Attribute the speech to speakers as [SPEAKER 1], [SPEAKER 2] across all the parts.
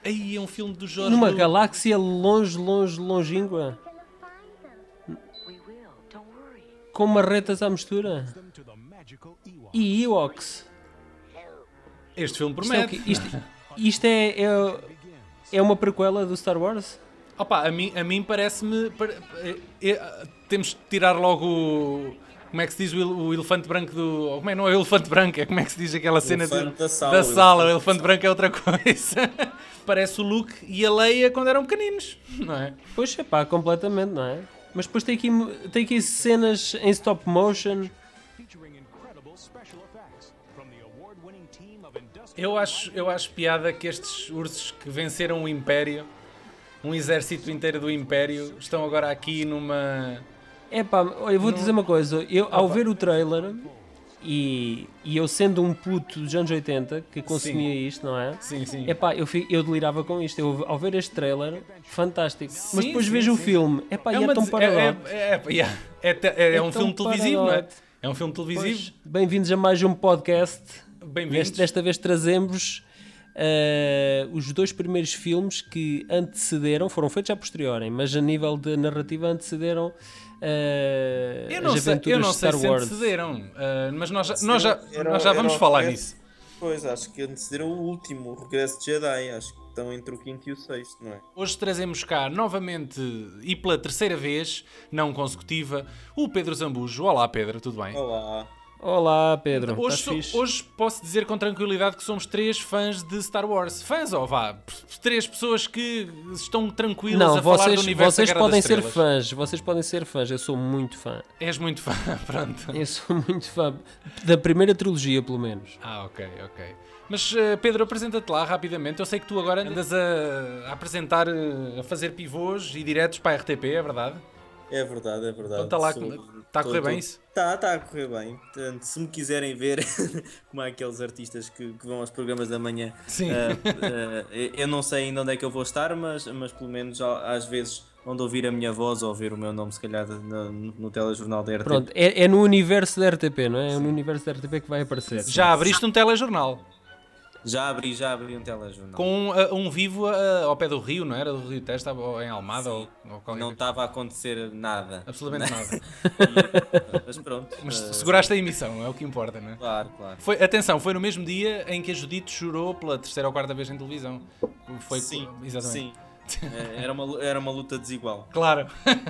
[SPEAKER 1] Aí é um filme do Jorge
[SPEAKER 2] Numa
[SPEAKER 1] Lucas.
[SPEAKER 2] galáxia longe, longe, longínqua. Com marretas à mistura. E Ewoks.
[SPEAKER 1] Este filme
[SPEAKER 2] Isto é, o
[SPEAKER 1] promete.
[SPEAKER 2] quê? Isto é uma prequela do Star Wars?
[SPEAKER 1] Opa, a mim parece-me... temos de tirar logo o... Como é que se diz o elefante branco do... Como é? Não é o elefante branco, é como é que se diz aquela cena
[SPEAKER 3] da
[SPEAKER 1] sala. O elefante branco é outra coisa. Parece o Luke e a Leia quando eram pequeninos, não é?
[SPEAKER 2] Pois é pá, completamente, não é? Mas depois tem aqui cenas em stop motion.
[SPEAKER 1] Eu acho piada que estes ursos que venceram o Império, um exército inteiro do Império, estão agora aqui numa...
[SPEAKER 2] É pá, eu vou dizer uma coisa. Eu, ao ver o trailer, e eu sendo um puto dos anos 80 que consumia isto, não é?
[SPEAKER 1] Sim, sim.
[SPEAKER 2] É pá, eu delirava com isto. Eu, ao ver este trailer, fantástico.
[SPEAKER 1] Sim,
[SPEAKER 2] mas depois
[SPEAKER 1] sim,
[SPEAKER 2] vejo o
[SPEAKER 1] sim.
[SPEAKER 2] filme. É pá, e é tão paradoxo.
[SPEAKER 1] É um
[SPEAKER 2] tão
[SPEAKER 1] filme televisivo, não é?
[SPEAKER 2] paradoxo.
[SPEAKER 1] É um filme televisivo.
[SPEAKER 2] Pois, bem-vindos a mais um podcast.
[SPEAKER 1] Bem-vindos.
[SPEAKER 2] Desta vez trazemos os dois primeiros filmes que antecederam, foram feitos a posteriori, mas a nível de narrativa antecederam as aventuras
[SPEAKER 1] eu não
[SPEAKER 2] de Star
[SPEAKER 1] sei
[SPEAKER 2] Wars.
[SPEAKER 1] se antecederam, mas nós já vamos falar nisso.
[SPEAKER 3] Pois, acho que antecederam o último, o Regresso de Jedi. Acho que estão entre o quinto e o sexto, não é?
[SPEAKER 1] Hoje trazemos cá novamente e pela terceira vez, não consecutiva, o Pedro Zambujo. Olá Pedro, tudo bem?
[SPEAKER 3] Olá.
[SPEAKER 2] Olá Pedro, estás fixe?
[SPEAKER 1] Hoje posso dizer com tranquilidade que somos 3 fãs de Star Wars. Fãs, ou vá, 3 pessoas que estão tranquilas
[SPEAKER 2] Não,
[SPEAKER 1] a falar do universo
[SPEAKER 2] vocês
[SPEAKER 1] da Guerra
[SPEAKER 2] podem
[SPEAKER 1] das
[SPEAKER 2] ser
[SPEAKER 1] Estrelas.
[SPEAKER 2] fãs, vocês podem ser fãs, eu sou muito fã.
[SPEAKER 1] És muito fã, pronto.
[SPEAKER 2] Eu sou muito fã, da primeira trilogia pelo menos.
[SPEAKER 1] Ok. Mas Pedro, apresenta-te lá rapidamente. Eu sei que tu agora andas a apresentar, a fazer pivôs e diretos para a RTP, é verdade?
[SPEAKER 3] É verdade.
[SPEAKER 1] Então está lá, está a correr bem isso?
[SPEAKER 3] Está a correr bem. Portanto, se me quiserem ver, como há aqueles artistas que vão aos programas da manhã,
[SPEAKER 1] Sim.
[SPEAKER 3] Eu não sei ainda onde é que eu vou estar, mas pelo menos às vezes onde ouvir a minha voz ou ouvir o meu nome, se calhar no telejornal da RTP.
[SPEAKER 2] Pronto, é no universo da RTP, não é? É no universo da RTP que vai aparecer.
[SPEAKER 1] Já abriste um telejornal
[SPEAKER 3] Já abri um telejornal.
[SPEAKER 1] com um vivo ao pé do Rio, não era? Do Rio Teste, ou em Almada, ou qualquer
[SPEAKER 3] Não estava a acontecer nada.
[SPEAKER 1] absolutamente nada.
[SPEAKER 3] Mas pronto.
[SPEAKER 1] Mas seguraste a emissão, é o que importa, não é?
[SPEAKER 3] Claro.
[SPEAKER 1] Atenção, foi no mesmo dia em que a Judite chorou pela terceira ou quarta vez em televisão.
[SPEAKER 3] Sim,
[SPEAKER 1] exatamente.
[SPEAKER 3] sim. Era uma luta desigual.
[SPEAKER 1] Claro.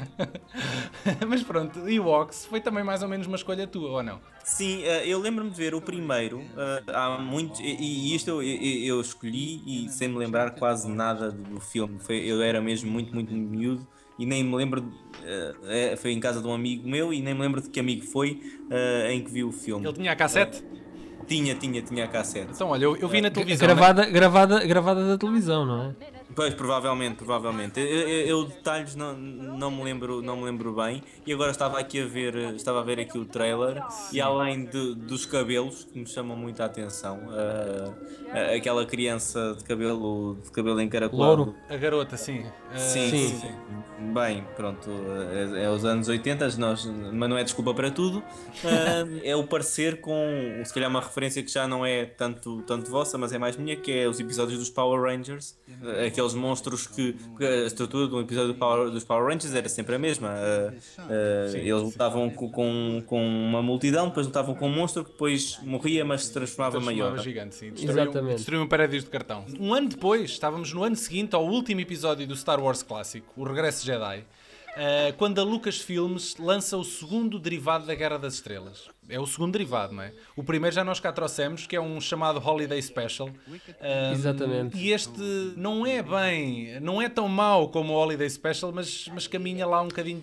[SPEAKER 1] Mas pronto, e o Ox foi também mais ou menos uma escolha tua, ou não?
[SPEAKER 3] Sim, eu lembro-me de ver o primeiro há muito, e isto eu escolhi e sem me lembrar quase nada do filme. Eu era mesmo muito miúdo e nem me lembro, foi em casa de um amigo meu e nem me lembro de que amigo foi em que vi o filme.
[SPEAKER 1] Ele tinha a cassete?
[SPEAKER 3] Tinha a cassete.
[SPEAKER 1] Então olha, eu vi na televisão.
[SPEAKER 2] Gravada da televisão, não é?
[SPEAKER 3] Pois, provavelmente. Eu detalhes não me lembro bem. E agora estava a ver aqui o trailer. Sim. E além dos cabelos que me chamam muito a atenção, aquela criança de cabelo encaracolado.
[SPEAKER 2] Louro.
[SPEAKER 1] A garota, sim.
[SPEAKER 3] Sim. Bem, pronto, é os anos 80, mas não é desculpa para tudo. É o parecer com, se calhar, uma referência que já não é tanto vossa, mas é mais minha, que é os episódios dos Power Rangers. Aqueles monstros que a estrutura de um episódio dos Power Rangers era sempre a mesma. Eles lutavam com uma multidão, depois lutavam com um monstro que depois morria, mas se transformava maior.
[SPEAKER 1] Gigante, sim.
[SPEAKER 2] Exatamente.
[SPEAKER 1] Destruíam paredes de cartão. Um ano depois, estávamos no ano seguinte ao último episódio do Star Wars clássico, o Regresso de Jedi, quando a Lucasfilms lança o segundo derivado da Guerra das Estrelas. É o segundo derivado, não é? O primeiro já nós cá trouxemos, que é um chamado Holiday Special.
[SPEAKER 2] Exatamente.
[SPEAKER 1] E este não é tão mau como o Holiday Special, mas caminha lá um bocadinho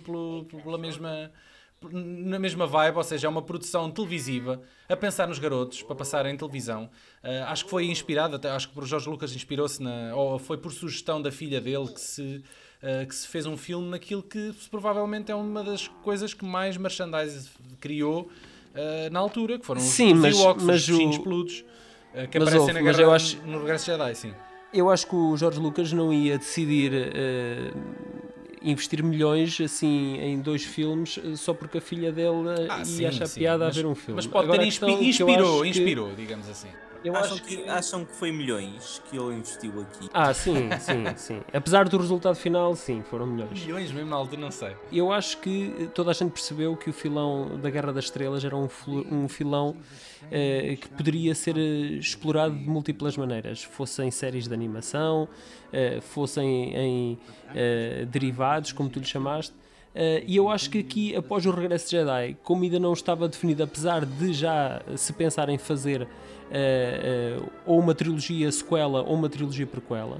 [SPEAKER 1] na mesma vibe, ou seja, é uma produção televisiva a pensar nos garotos, para passar em televisão. Acho que foi inspirado, acho que o Jorge Lucas inspirou-se, ou foi por sugestão da filha dele que se fez um filme naquilo que provavelmente é uma das coisas que mais merchandise criou na altura, que foram os Ewoks, os bichinhos peludos, que aparecem na guerra no Regresso de Jedi, sim.
[SPEAKER 2] Eu acho que o Jorge Lucas não ia decidir investir milhões assim em 2 filmes só porque a filha dele ia achar piada a ver um filme.
[SPEAKER 1] Mas pode
[SPEAKER 2] Agora,
[SPEAKER 1] ter inspirou, digamos assim.
[SPEAKER 3] Acham que foi milhões que ele investiu aqui?
[SPEAKER 2] Sim. Apesar do resultado final, sim, foram milhões.
[SPEAKER 1] Milhões mesmo na altura, não sei.
[SPEAKER 2] Eu acho que toda a gente percebeu que o filão da Guerra das Estrelas era um filão que poderia ser explorado de múltiplas maneiras. Fossem séries de animação, fossem em derivados, como tu lhe chamaste. E eu acho que aqui, após o Regresso de Jedi, como ainda não estava definido, apesar de já se pensar em fazer ou uma trilogia sequela ou uma trilogia prequela,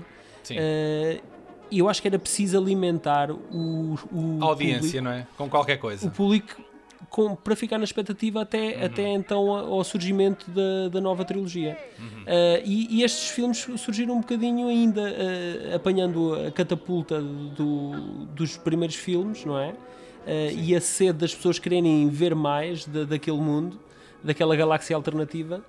[SPEAKER 2] eu acho que era preciso alimentar o
[SPEAKER 1] a audiência,
[SPEAKER 2] público,
[SPEAKER 1] não é? Com qualquer coisa.
[SPEAKER 2] o público para ficar na expectativa até então ao surgimento da nova trilogia. E estes filmes surgiram um bocadinho ainda apanhando a catapulta dos primeiros filmes, não é? E a sede das pessoas quererem ver mais daquele mundo, daquela galáxia alternativa.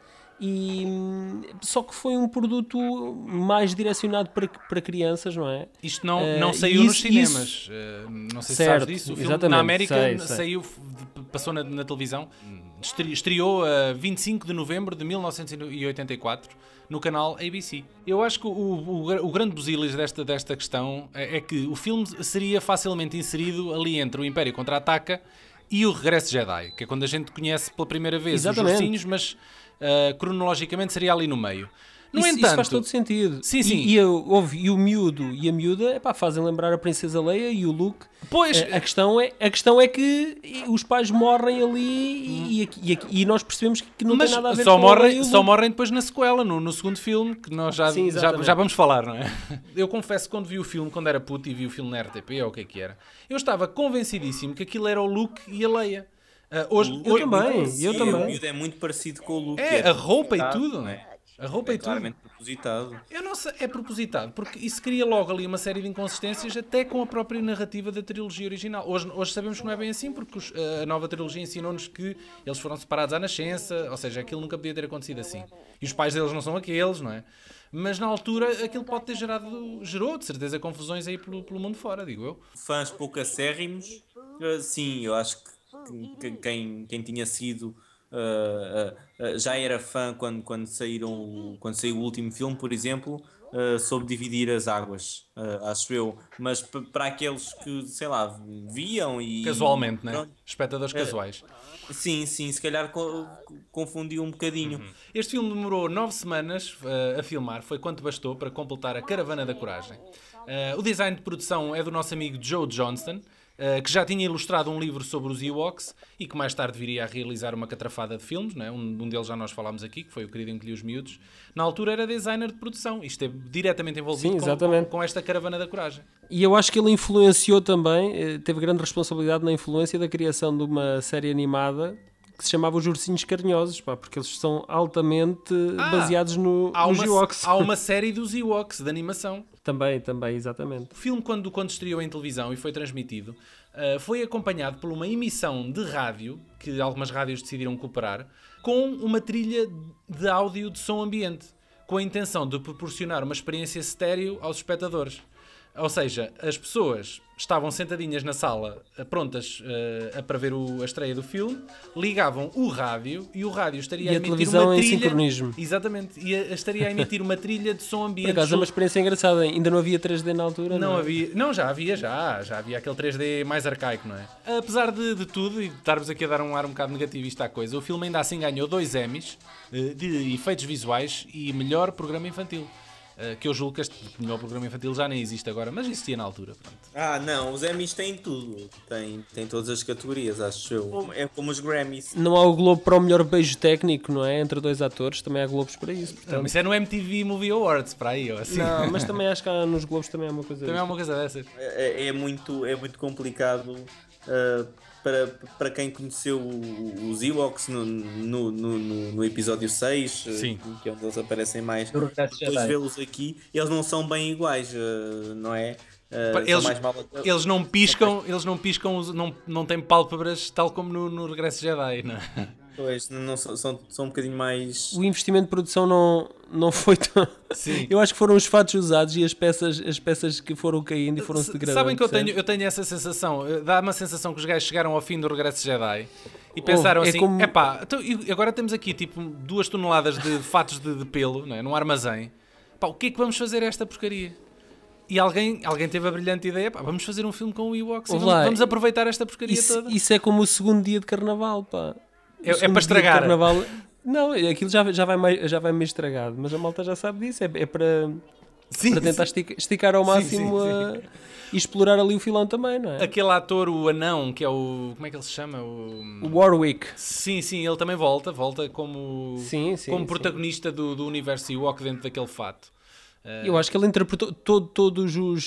[SPEAKER 2] Só que foi um produto mais direcionado para crianças, não é?
[SPEAKER 1] Isto não saiu nos cinemas. Não sei se sabes disso. O filme na América saiu, passou na televisão, estreou a 25 de novembro de 1984 no canal ABC. Eu acho que o grande busilis desta questão é que o filme seria facilmente inserido ali entre o Império Contra-Ataca e o Regresso de Jedi, que é quando a gente conhece pela primeira vez os ursinhos, mas cronologicamente seria ali no meio. No entanto,
[SPEAKER 2] isso faz todo sentido.
[SPEAKER 1] Sim.
[SPEAKER 2] E o miúdo e a miúda fazem lembrar a Princesa Leia e o Luke.
[SPEAKER 1] Pois,
[SPEAKER 2] a questão é que os pais morrem ali e nós percebemos que não tem nada a ver
[SPEAKER 1] só
[SPEAKER 2] com
[SPEAKER 1] morrem, só morrem depois na sequela, no segundo filme, que nós já vamos falar, não é? Eu confesso que quando vi o filme, quando era puto e vi o filme na RTP, ou o que era, eu estava convencidíssimo que aquilo era o Luke e a Leia.
[SPEAKER 2] Eu também.
[SPEAKER 3] O miúdo é muito parecido com o Luke.
[SPEAKER 1] A roupa e tudo, não é? A roupa
[SPEAKER 3] é
[SPEAKER 1] e tudo.
[SPEAKER 3] Claramente propositado.
[SPEAKER 1] Eu não sei, é propositado, porque isso cria logo ali uma série de inconsistências, até com a própria narrativa da trilogia original. Hoje sabemos que não é bem assim, porque a nova trilogia ensinou-nos que eles foram separados à nascença, ou seja, aquilo nunca podia ter acontecido assim. E os pais deles não são aqueles, não é? Mas na altura aquilo pode ter gerou de certeza confusões aí pelo mundo fora, digo eu.
[SPEAKER 3] Fãs pouco acérrimos, sim, eu acho que quem tinha sido já era fã quando saiu o último filme, por exemplo, soube dividir as águas, acho eu. Mas para aqueles que, sei lá, viam e...
[SPEAKER 1] Casualmente, né? Espectadores casuais.
[SPEAKER 3] Sim, se calhar confundiu um bocadinho.
[SPEAKER 1] Este filme demorou 9 semanas a filmar, foi quanto bastou para completar a Caravana da Coragem. O design de produção é do nosso amigo Joe Johnston, que já tinha ilustrado um livro sobre os Ewoks e que mais tarde viria a realizar uma catrafada de filmes, não é? Um deles já nós falámos aqui, que foi O Querido Encolhi os Miúdos. Na altura era designer de produção e esteve diretamente envolvido com esta Caravana da Coragem.
[SPEAKER 2] E eu acho que ele influenciou também, teve grande responsabilidade na influência da criação de uma série animada que se chamava Os Ursinhos Carinhosos, porque eles são altamente baseados nos Ewoks.
[SPEAKER 1] Há uma série dos Ewoks de animação.
[SPEAKER 2] Também, exatamente.
[SPEAKER 1] O filme, quando estreou em televisão e foi transmitido, foi acompanhado por uma emissão de rádio, que algumas rádios decidiram cooperar, com uma trilha de áudio de som ambiente, com a intenção de proporcionar uma experiência estéreo aos espectadores. Ou seja, as pessoas estavam sentadinhas na sala, prontas para ver a estreia do filme, ligavam o rádio e o rádio estaria a emitir uma trilha...
[SPEAKER 2] em sincronismo.
[SPEAKER 1] Exatamente, e estaria a emitir uma trilha de som ambiente.
[SPEAKER 2] Por acaso é uma experiência engraçada, ainda não havia 3D na altura?
[SPEAKER 1] Já havia aquele 3D mais arcaico, não é? Apesar de tudo, e de estarmos aqui a dar um ar um bocado negativista à coisa, o filme ainda assim ganhou 2 Emmys de efeitos visuais e melhor programa infantil. Que eu julgo que este melhor programa infantil já nem existe agora, mas existia na altura. Pronto.
[SPEAKER 3] Não, os Emmys têm tudo. Tem todas as categorias, acho eu. É como os Grammys.
[SPEAKER 2] Não há o Globo para o melhor beijo técnico, não é? Entre 2 atores, também há Globos para isso. Portanto...
[SPEAKER 1] Não, isso é no MTV Movie Awards, para aí, ou assim.
[SPEAKER 2] Não, mas também acho que nos Globos também há uma coisa
[SPEAKER 1] também há uma coisa dessas.
[SPEAKER 3] É muito complicado para quem conheceu os Ewoks no episódio 6,
[SPEAKER 1] Sim.
[SPEAKER 3] Que é onde eles aparecem mais, depois vê-los aqui, eles não são bem iguais, não é?
[SPEAKER 1] Eles não piscam, não têm pálpebras tal como no Regresso Jedi, não é?
[SPEAKER 3] Pois, não, são um bocadinho mais...
[SPEAKER 2] O investimento de produção não foi tão...
[SPEAKER 1] Sim.
[SPEAKER 2] Eu acho que foram os fatos usados e as peças que foram caindo e foram se degradando.
[SPEAKER 1] Sabem que eu tenho essa sensação, dá-me a sensação que os gajos chegaram ao fim do Regresso Jedi E pensaram
[SPEAKER 2] é
[SPEAKER 1] assim,
[SPEAKER 2] como-
[SPEAKER 1] epá, então, e agora temos aqui tipo 2 toneladas de fatos de pelo, não é? Num armazém. Pá, o que é que vamos fazer a esta porcaria? E alguém teve a brilhante ideia, pá, vamos fazer um filme com o Ewoks e vamos aproveitar esta porcaria toda.
[SPEAKER 2] Isso é como o segundo dia de carnaval, pá. O
[SPEAKER 1] É
[SPEAKER 2] segundo
[SPEAKER 1] para
[SPEAKER 2] dia de
[SPEAKER 1] estragar.
[SPEAKER 2] Carnaval, não, aquilo já vai meio estragado, mas a malta já sabe disso. É para tentar esticar ao
[SPEAKER 1] Sim,
[SPEAKER 2] máximo
[SPEAKER 1] sim.
[SPEAKER 2] e explorar ali o filão também, não é?
[SPEAKER 1] Aquele ator, o anão, que é o... Como é que ele se chama?
[SPEAKER 2] O Warwick.
[SPEAKER 1] Sim, ele também volta como,
[SPEAKER 2] Sim,
[SPEAKER 1] como protagonista do universo Ewok dentro daquele fato.
[SPEAKER 2] Eu acho que ele interpretou todos os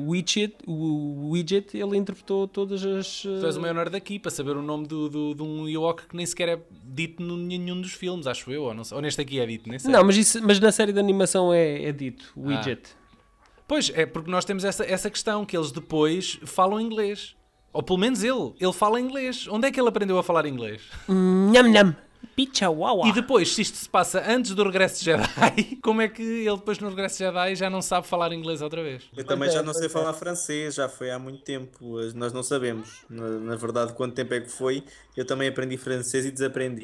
[SPEAKER 2] Widget, ele interpretou todas as...
[SPEAKER 1] Tu és o maior nerd daqui para saber o nome de um Ewok que nem sequer é dito em nenhum dos filmes, acho eu, ou, não sei, ou neste aqui é dito, nem sei.
[SPEAKER 2] Não, mas na série de animação é dito, Widget.
[SPEAKER 1] Pois, é porque nós temos essa questão, que eles depois falam inglês. Ou pelo menos ele fala inglês. Onde é que ele aprendeu a falar inglês?
[SPEAKER 2] Nham nham. Picha wawa.
[SPEAKER 1] E depois, se isto se passa antes do Regresso de Jedi, como é que ele depois no Regresso de Jedi já não sabe falar inglês outra vez?
[SPEAKER 3] Eu também já não sei falar francês, já foi há muito tempo, nós não sabemos. Na verdade, quanto tempo é que foi, eu também aprendi francês e desaprendi.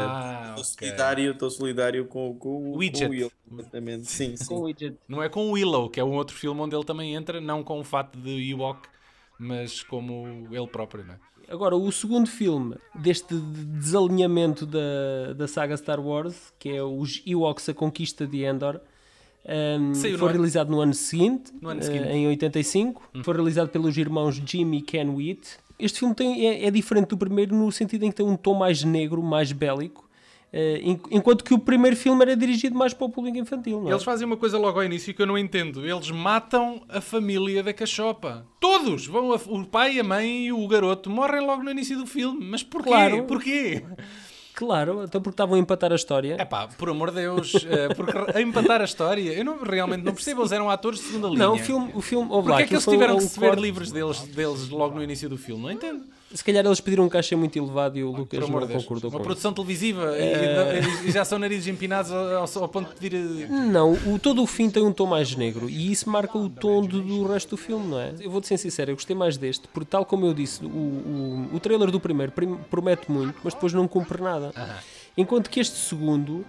[SPEAKER 3] Estou solidário com o
[SPEAKER 1] Widget.
[SPEAKER 3] Will. Exatamente. Sim.
[SPEAKER 2] Com Widget.
[SPEAKER 1] Não é com o Willow, que é um outro filme onde ele também entra, não com o fato de Ewok, mas como ele próprio, não é?
[SPEAKER 2] Agora, o segundo filme deste desalinhamento da saga Star Wars, que é os Ewoks, A Conquista de Endor, foi realizado no ano seguinte, em 85. Foi realizado pelos irmãos Jim e Ken Wheat. Este filme é diferente do primeiro no sentido em que tem um tom mais negro, mais bélico, enquanto que o primeiro filme era dirigido mais para o público infantil. Não é?
[SPEAKER 1] Eles fazem uma coisa logo ao início que eu não entendo. Eles matam a família da cachopa. Todos! O pai, a mãe e o garoto morrem logo no início do filme. Mas porquê?
[SPEAKER 2] Claro.
[SPEAKER 1] Porquê?
[SPEAKER 2] Claro, então porque estavam a empatar a história.
[SPEAKER 1] Epá, por amor de Deus, porque a empatar a história, eu realmente não percebo, eles eram atores de segunda linha.
[SPEAKER 2] Não, o filme
[SPEAKER 1] Porquê é que eles tiveram que se ver livres deles logo no início do filme? Não entendo.
[SPEAKER 2] Se calhar eles pediram um cachê muito elevado e o Lucas não concordou com
[SPEAKER 1] uma
[SPEAKER 2] isso.
[SPEAKER 1] produção televisiva e já são narizes empinados ao ponto de pedir...
[SPEAKER 2] Não, todo o fim tem um tom mais negro e isso marca o tom do resto do filme, não é? Eu vou-te ser sincero, eu gostei mais deste, porque tal como eu disse, o trailer do primeiro promete muito, mas depois não cumpre nada. Enquanto que este segundo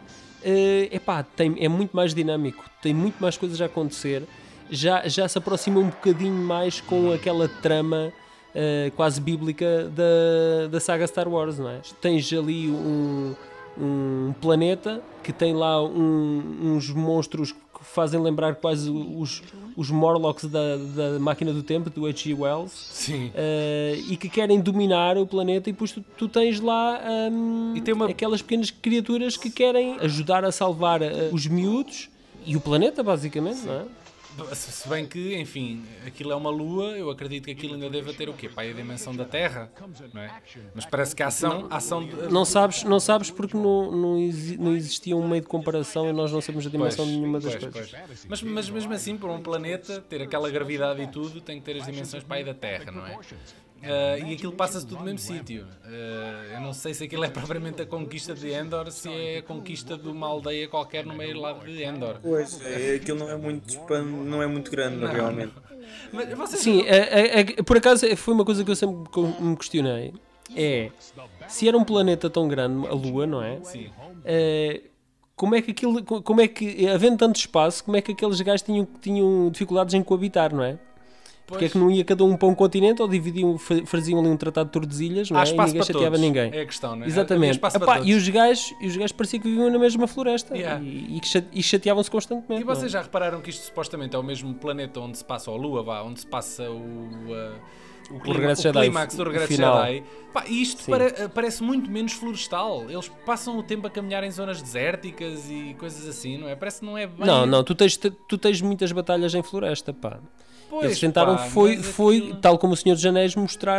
[SPEAKER 2] é muito mais dinâmico, tem muito mais coisas a acontecer, já se aproxima um bocadinho mais com aquela trama quase bíblica da saga Star Wars, não é? Tens ali um planeta que tem lá uns monstros que fazem lembrar quase os Morlocks da Máquina do Tempo, do H.G. Wells.
[SPEAKER 1] Sim.
[SPEAKER 2] E que querem dominar o planeta e depois tu tens lá aquelas pequenas criaturas que querem ajudar a salvar os miúdos e o planeta, basicamente, não é?
[SPEAKER 1] Se bem que, enfim, aquilo é uma lua, eu acredito que aquilo ainda deva ter o quê? Pá, a dimensão da Terra, não é? Mas parece que a ação...
[SPEAKER 2] Não sabes porque não existia um meio de comparação e nós não sabemos a dimensão de nenhuma das coisas.
[SPEAKER 1] Mas mesmo assim, para um planeta, ter aquela gravidade e tudo, tem que ter as dimensões para aí da Terra, não é? E aquilo passa-se tudo no mesmo sítio. Eu não sei se aquilo é propriamente a conquista de Endor, se é a conquista de uma aldeia qualquer no meio lá de Endor.
[SPEAKER 3] Pois, aquilo não é muito grande, realmente.
[SPEAKER 1] Mas vocês...
[SPEAKER 2] Sim, por acaso foi uma coisa que eu sempre me questionei. Se era um planeta tão grande, a Lua, não é?
[SPEAKER 1] Sim.
[SPEAKER 2] Como é que, havendo tanto espaço, como é que aqueles gajos tinham dificuldades em coabitar, não é? Porque é que não ia cada um para um continente ou faziam ali um tratado de Tordesilhas, não é? E ninguém chateava ninguém.
[SPEAKER 1] É a questão, não é?
[SPEAKER 2] Exatamente. E os gajos pareciam que viviam na mesma floresta e chateavam-se constantemente.
[SPEAKER 1] E vocês já repararam que isto supostamente é o mesmo planeta onde se passa a Lua, onde se passa o clímax do Regresso de Jedi. E isto parece muito menos florestal. Eles passam o tempo a caminhar em zonas desérticas e coisas assim, não é? Parece que não é bem...
[SPEAKER 2] Não, tu tens muitas batalhas em floresta, pá. Eles tentaram, tal como o Senhor dos Anéis, mostrar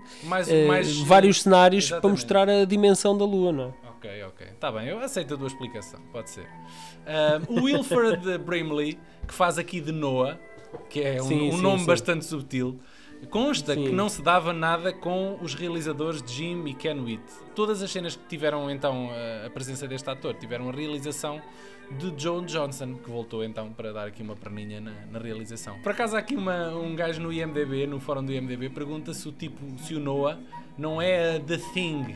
[SPEAKER 2] vários cenários. Exatamente. Para mostrar a dimensão da Lua, não é?
[SPEAKER 1] Ok. Está bem, eu aceito a tua explicação, pode ser. O Wilford Brimley, que faz aqui de Noah, que é um nome bastante subtil, consta que não se dava nada com os realizadores Jim e Ken Wheat. Todas as cenas que tiveram então a presença deste ator tiveram a realização de Joe Johnson, que voltou então para dar aqui uma perninha na realização. Por acaso há aqui um gajo no IMDb, no fórum do IMDb, pergunta se o Noah não é The Thing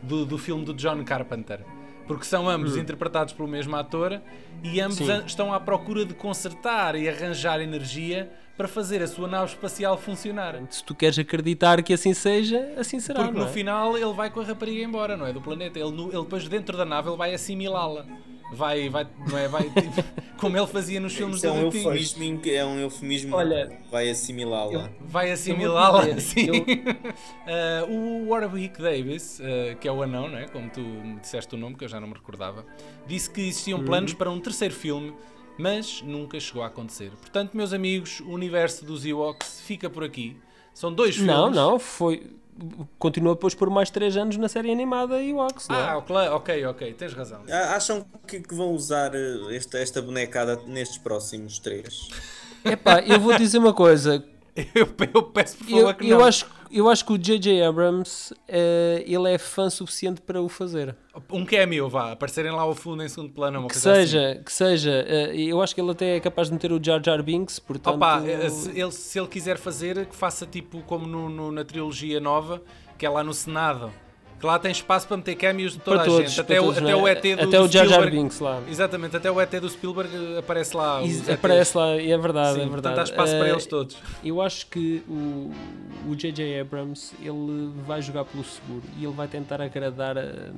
[SPEAKER 1] do filme do John Carpenter. Porque são ambos interpretados pelo mesmo ator e ambos estão à procura de consertar e arranjar energia para fazer a sua nave espacial funcionar.
[SPEAKER 2] Se tu queres acreditar que assim seja, assim será.
[SPEAKER 1] Porque no final ele vai com a rapariga embora, não é? Do planeta. Ele depois dentro da nave ele vai assimilá-la. Vai, não é? Vai, tipo, como ele fazia nos filmes do
[SPEAKER 3] eufemismo. É um eufemismo.
[SPEAKER 2] Olha,
[SPEAKER 3] vai assimilá-la.
[SPEAKER 1] Vai assimilá-la, sim. O Warwick Davis, que é o anão, não é? Como tu me disseste o nome, que eu já não me recordava, disse que existiam planos para um terceiro filme, mas nunca chegou a acontecer. Portanto, meus amigos, o universo dos Ewoks fica por aqui. São 2 filmes.
[SPEAKER 2] Não, foi... Continua depois por mais 3 anos na série animada Ewoks, não é?
[SPEAKER 1] Ok, tens razão.
[SPEAKER 3] Acham que vão usar esta bonecada nestes próximos 3?
[SPEAKER 2] Epá, eu vou dizer uma coisa.
[SPEAKER 1] Eu peço por favor que não.
[SPEAKER 2] Eu acho que o J.J. Abrams ele é fã suficiente para o fazer.
[SPEAKER 1] Um cameo, aparecerem lá ao fundo em segundo plano.
[SPEAKER 2] Que seja. Eu acho que ele até é capaz de meter o Jar Jar Binks, portanto...
[SPEAKER 1] Se ele quiser fazer, que faça tipo como na trilogia nova, que é lá no Senado. Que lá tem espaço para meter cameos de toda a gente. Até o ET do
[SPEAKER 2] até o Jar Jar Binks lá.
[SPEAKER 1] Exatamente, até o ET do Spielberg aparece lá.
[SPEAKER 2] Aparece lá, e é verdade.
[SPEAKER 1] Sim, portanto há espaço para eles todos.
[SPEAKER 2] Eu acho que o J.J. Abrams ele vai jogar pelo seguro e ele vai tentar agradar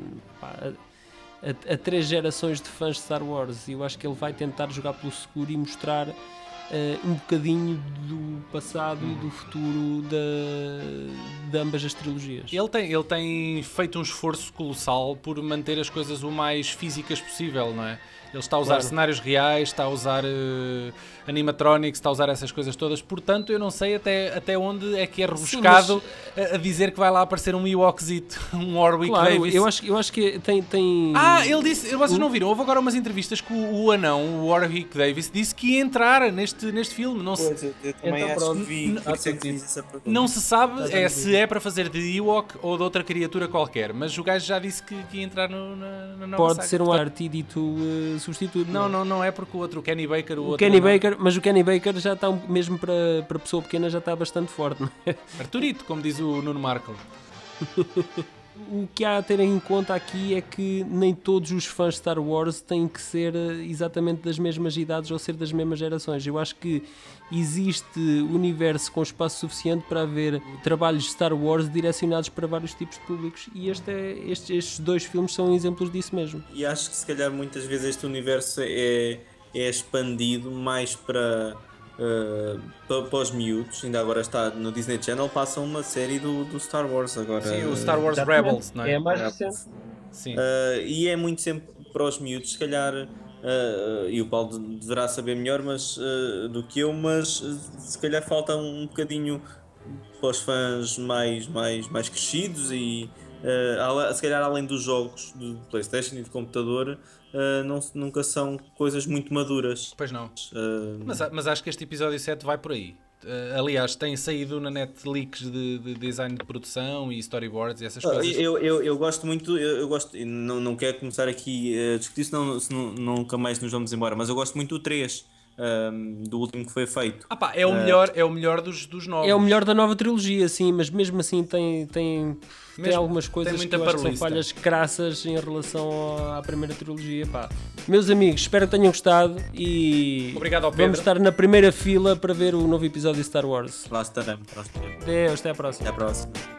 [SPEAKER 2] a 3 gerações de fãs de Star Wars. E eu acho que ele vai tentar jogar pelo seguro e mostrar um bocadinho do passado e do futuro de ambas as trilogias.
[SPEAKER 1] Ele tem feito um esforço colossal por manter as coisas o mais físicas possível, não é? Ele está a usar cenários reais, está a usar animatronics, está a usar essas coisas todas. Portanto, eu não sei até onde é que é rebuscado a dizer que vai lá aparecer um Ewokzito, um Warwick Davis.
[SPEAKER 2] Eu acho que tem...
[SPEAKER 1] Ele disse... Vocês não viram? Houve agora umas entrevistas que o anão, o Warwick Davis, disse que ia entrar neste filme. Não se...
[SPEAKER 3] eu também acho que vi.
[SPEAKER 1] Não se sabe se é para fazer de Ewok ou de outra criatura qualquer. Mas o gajo já disse que ia entrar na nova
[SPEAKER 2] Pode
[SPEAKER 1] saga.
[SPEAKER 2] ser um R2-D2 substituto.
[SPEAKER 1] Não é porque o outro, o Kenny Baker...
[SPEAKER 2] Mas o Kenny Baker já está, mesmo para pessoa pequena, já está bastante forte, não é?
[SPEAKER 1] Arturito, como diz o Nuno Markle.
[SPEAKER 2] O que há a ter em conta aqui é que nem todos os fãs de Star Wars têm que ser exatamente das mesmas idades ou ser das mesmas gerações. Eu acho que existe universo com espaço suficiente para haver trabalhos de Star Wars direcionados para vários tipos de públicos, e estes 2 filmes são exemplos disso mesmo.
[SPEAKER 3] E acho que se calhar muitas vezes este universo é expandido mais para os miúdos. Ainda agora está no Disney Channel, passa uma série do Star Wars agora.
[SPEAKER 1] Sim, o Star Wars Rebels, não é?
[SPEAKER 2] É mais recente.
[SPEAKER 1] Sim.
[SPEAKER 3] E é muito sempre para os miúdos, se calhar, e o Paulo deverá saber melhor do que eu, mas se calhar falta um bocadinho para os fãs mais crescidos e se calhar além dos jogos de PlayStation e de computador, nunca são coisas muito maduras.
[SPEAKER 1] Pois não. Mas acho que este episódio 7 vai por aí. Aliás, tem saído na net leaks de design de produção e storyboards e essas coisas.
[SPEAKER 3] Eu gosto muito, não quero começar aqui a discutir, senão nunca mais nos vamos embora, mas eu gosto muito do 3. Do último que foi feito.
[SPEAKER 1] É o melhor dos novos.
[SPEAKER 2] É o melhor da nova trilogia, sim, mas mesmo assim tem algumas coisas que eu acho que são falhas crassas em relação à primeira trilogia. Meus amigos, espero que tenham gostado e
[SPEAKER 1] obrigado ao Pedro.
[SPEAKER 2] Vamos estar na primeira fila para ver o novo episódio de Star Wars.
[SPEAKER 3] Lá estaremos.
[SPEAKER 2] Adeus, até à próxima.
[SPEAKER 3] Até à próxima.